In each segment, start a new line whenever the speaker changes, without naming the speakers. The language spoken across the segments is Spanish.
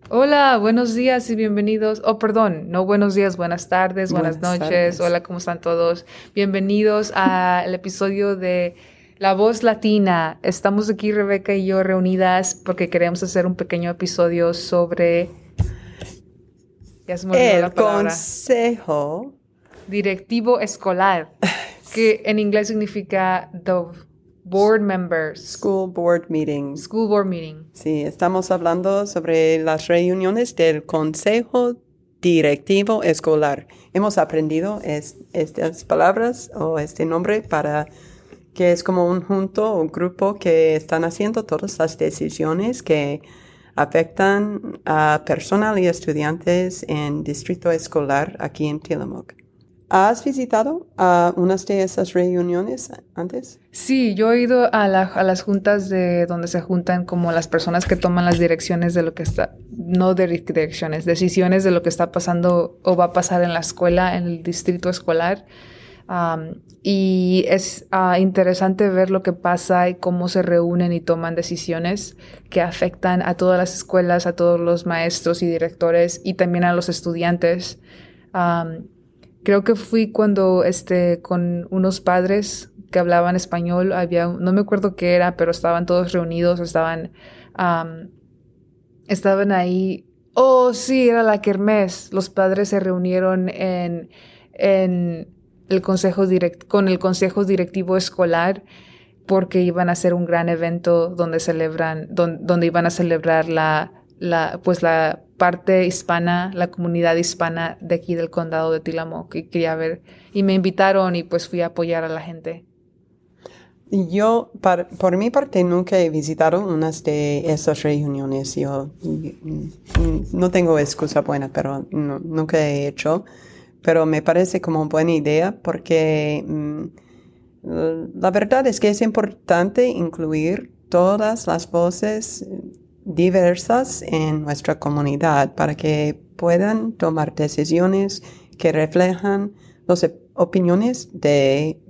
Hola, buenos días y bienvenidos. Oh, perdón, no buenos días, buenas tardes, buenas
Buenas
noches.
tardes.
Hola, ¿cómo están todos? Bienvenidos al episodio de La Voz Latina. Estamos aquí, Rebeca y yo, reunidas porque queremos hacer un pequeño episodio sobre, ya se me olvidó la
El
palabra,
consejo,
directivo escolar, que en inglés significa the board members,
School Board Meeting.
school board meeting.
Sí, estamos hablando sobre las reuniones del Consejo Directivo Escolar. Hemos aprendido estas palabras o este nombre para que es como un junto o grupo que están haciendo todas las decisiones que afectan a personal y estudiantes en distrito escolar aquí en Tillamook. ¿Has visitado unas de esas reuniones antes?
Sí, yo he ido a las juntas de donde se juntan como las personas que toman las direcciones de lo que está, no direcciones, decisiones de lo que está pasando o va a pasar en la escuela, en el distrito escolar. Y es interesante ver lo que pasa y cómo se reúnen y toman decisiones que afectan a todas las escuelas, a todos los maestros y directores y también a los estudiantes. Um, Creo que fui cuando con unos padres que hablaban español, no me acuerdo qué era, pero estaban todos reunidos, um, estaban ahí. Oh, sí, era la kermés. Los padres se reunieron en el con el consejo directivo escolar porque iban a hacer un gran evento donde iban a celebrar pues la parte hispana, la comunidad hispana de aquí del condado de Tillamook, y quería ver, y me invitaron y pues fui a apoyar a la gente.
Yo, por mi parte, nunca he visitado unas de esas reuniones. Yo no tengo excusa buena, pero nunca he hecho. Pero me parece como buena idea porque la verdad es que es importante incluir todas las voces diversas en nuestra comunidad para que puedan tomar decisiones que reflejan las opiniones de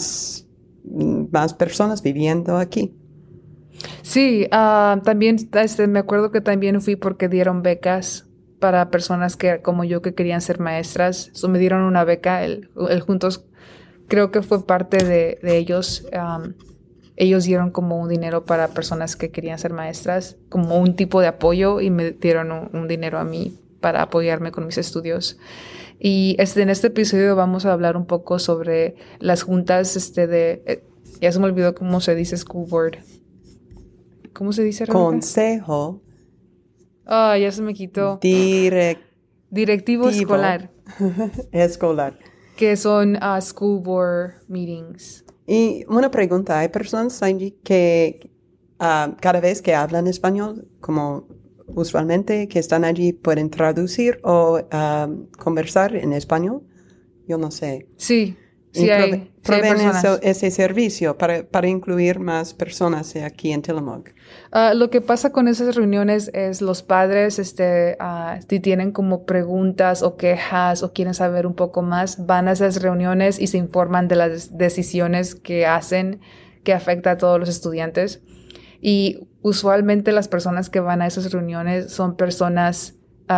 más personas viviendo aquí.
Sí, también me acuerdo que también fui porque dieron becas para personas que como yo que querían ser maestras. Me dieron una beca, el Juntos, creo que fue parte de ellos. Ellos dieron como un dinero para personas que querían ser maestras, como un tipo de apoyo, y me dieron un dinero a mí para apoyarme con mis estudios. Y en este episodio vamos a hablar un poco sobre las juntas ya se me olvidó cómo se dice school board. ¿Cómo se dice, Rebeca?
Consejo
Ah, ya se me quitó.
directivo
Directivo escolar,
escolar.
que son school board meetings.
Y una pregunta, ¿hay personas allí que cada vez que hablan español, como usualmente que están allí, pueden traducir o conversar en español? Yo no sé.
Sí,
Y
sí hay
proveen
personas.
ese servicio para incluir más personas aquí en Tillamook.
Lo que pasa con esas reuniones es los padres, si tienen como preguntas o quejas o quieren saber un poco más, van a esas reuniones y se informan de las decisiones que hacen que afecta a todos los estudiantes. Y usualmente las personas que van a esas reuniones son personas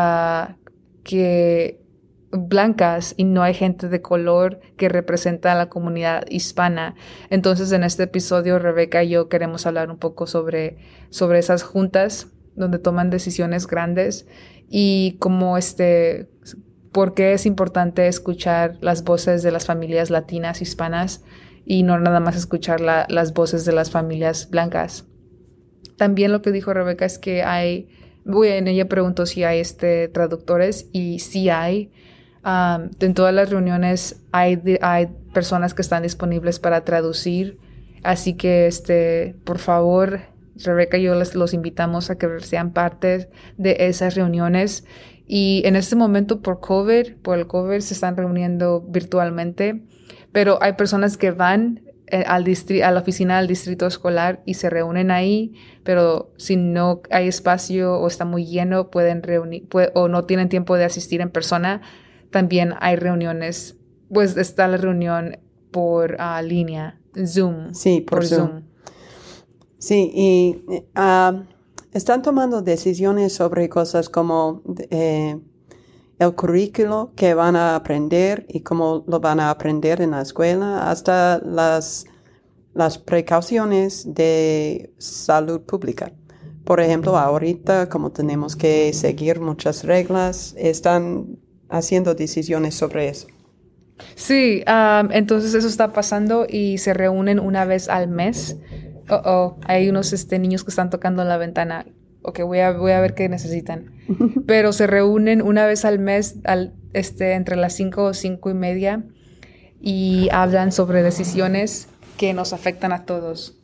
que blancas y no hay gente de color que representa a la comunidad hispana. Entonces, en este episodio, Rebeca y yo queremos hablar un poco sobre esas juntas donde toman decisiones grandes y cómo por qué es importante escuchar las voces de las familias latinas hispanas y no nada más escuchar las voces de las familias blancas. También lo que dijo Rebeca es que bueno, ella preguntó si hay traductores y sí hay. En todas las reuniones hay personas que están disponibles para traducir, así que por favor, Rebeca y yo los invitamos a que sean parte de esas reuniones. Y en este momento por el COVID se están reuniendo virtualmente, pero hay personas que van a la oficina del distrito escolar y se reúnen ahí, pero si no hay espacio o está muy lleno, o no tienen tiempo de asistir en persona, también hay reuniones, pues está la reunión por línea, Zoom,
Sí, por
por
Zoom.
Zoom.
Sí, y están tomando decisiones sobre cosas como el currículo que van a aprender y cómo lo van a aprender en la escuela, hasta las precauciones de salud pública. Por ejemplo, ahorita, como tenemos que seguir muchas reglas, están haciendo decisiones sobre eso.
Sí, entonces eso está pasando y se reúnen una vez al mes. Hay unos niños que están tocando en la ventana. Ok, voy a ver qué necesitan. Pero se reúnen una vez al mes entre las 5 o 5:30 y hablan sobre decisiones que nos afectan a todos.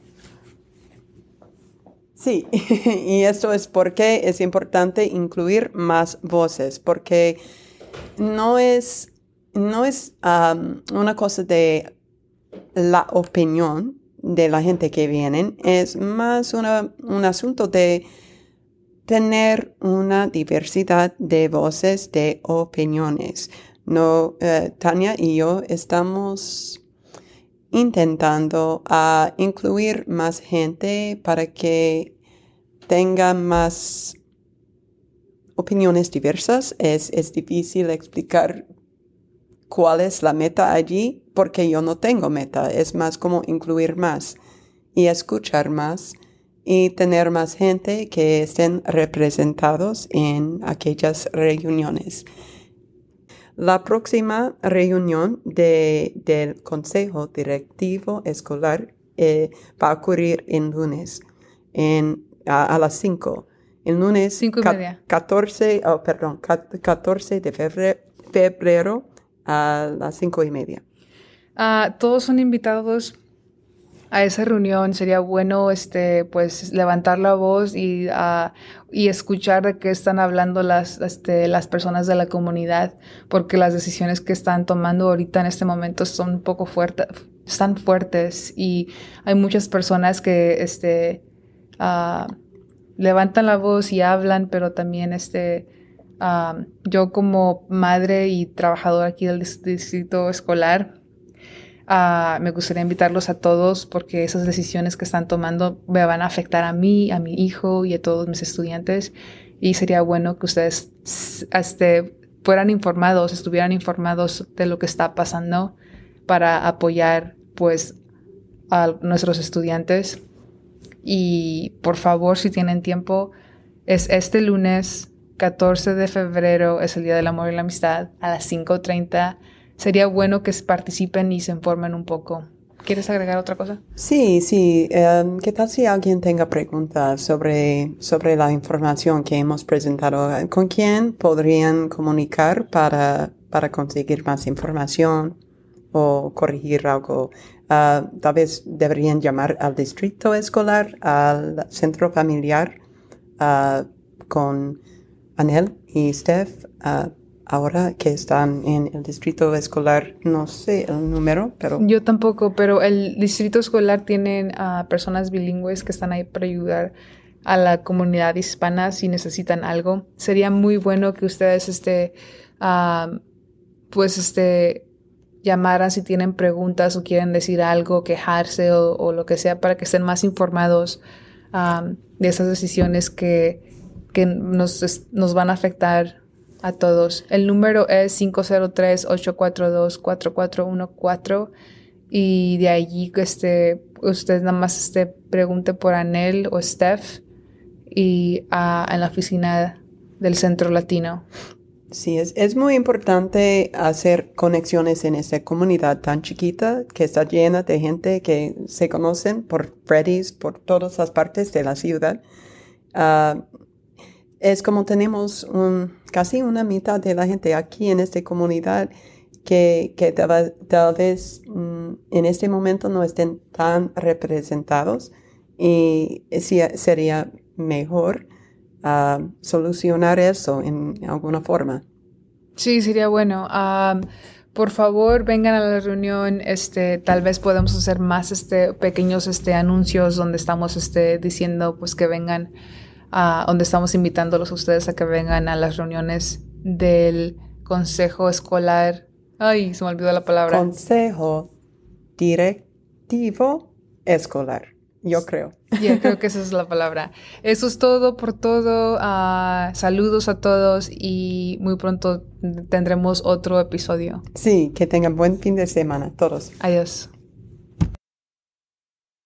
Sí, y esto es porque es importante incluir más voces, porque no es una cosa de la opinión de la gente que vienen, es más un asunto de tener una diversidad de voces, de opiniones. No, Tania y yo estamos intentando incluir más gente para que tenga más opiniones diversas. Es difícil explicar cuál es la meta allí porque yo no tengo meta. Es más como incluir más y escuchar más y tener más gente que estén representados en aquellas reuniones. La próxima reunión del Consejo Directivo Escolar va a ocurrir el lunes a las 5. El lunes
5:30.
14 de febrero a las 5:30.
Todos son invitados a esa reunión. Sería bueno pues levantar la voz y escuchar de qué están hablando las personas de la comunidad, porque las decisiones que están tomando ahorita en este momento son un poco están fuertes y hay muchas personas que levantan la voz y hablan, pero también yo como madre y trabajadora aquí del distrito escolar, me gustaría invitarlos a todos porque esas decisiones que están tomando me van a afectar a mí, a mi hijo y a todos mis estudiantes, y sería bueno que ustedes estuvieran informados de lo que está pasando para apoyar pues a nuestros estudiantes. Y por favor, si tienen tiempo, es este lunes 14 de febrero, es el Día del Amor y la Amistad, a las 5:30. Sería bueno que participen y se informen un poco. ¿Quieres agregar otra cosa?
Sí. ¿Qué tal si alguien tenga preguntas sobre la información que hemos presentado? ¿Con quién podrían comunicar para conseguir más información o corregir algo? Tal vez deberían llamar al distrito escolar, al centro familiar, con Anel y Steph. Ahora que están en el distrito escolar, no sé el número, pero...
Yo tampoco, pero el distrito escolar tienen personas bilingües que están ahí para ayudar a la comunidad hispana si necesitan algo. Sería muy bueno que ustedes llamaran si tienen preguntas o quieren decir algo, quejarse o lo que sea, para que estén más informados de esas decisiones que nos van a afectar a todos. El número es 503-842-4414 y de allí usted nada más pregunte por Anel o Steph y en la oficina del Centro Latino.
Sí, es muy importante hacer conexiones en esta comunidad tan chiquita que está llena de gente que se conocen por Freddy's, por todas las partes de la ciudad. Es como tenemos casi una mitad de la gente aquí en esta comunidad que tal vez en este momento no estén tan representados y sería mejor solucionar eso en alguna forma.
Sí, sería bueno. Por favor, vengan a la reunión. Tal vez podamos hacer más pequeños anuncios donde estamos diciendo pues que vengan, donde estamos invitándolos a ustedes a que vengan a las reuniones del Consejo Escolar. Ay, se me olvidó la palabra.
Consejo Directivo Escolar. Yo creo.
Ya creo que esa es la palabra. Eso es todo por todo. Saludos a todos y muy pronto tendremos otro episodio.
Sí, que tengan buen fin de semana todos.
Adiós.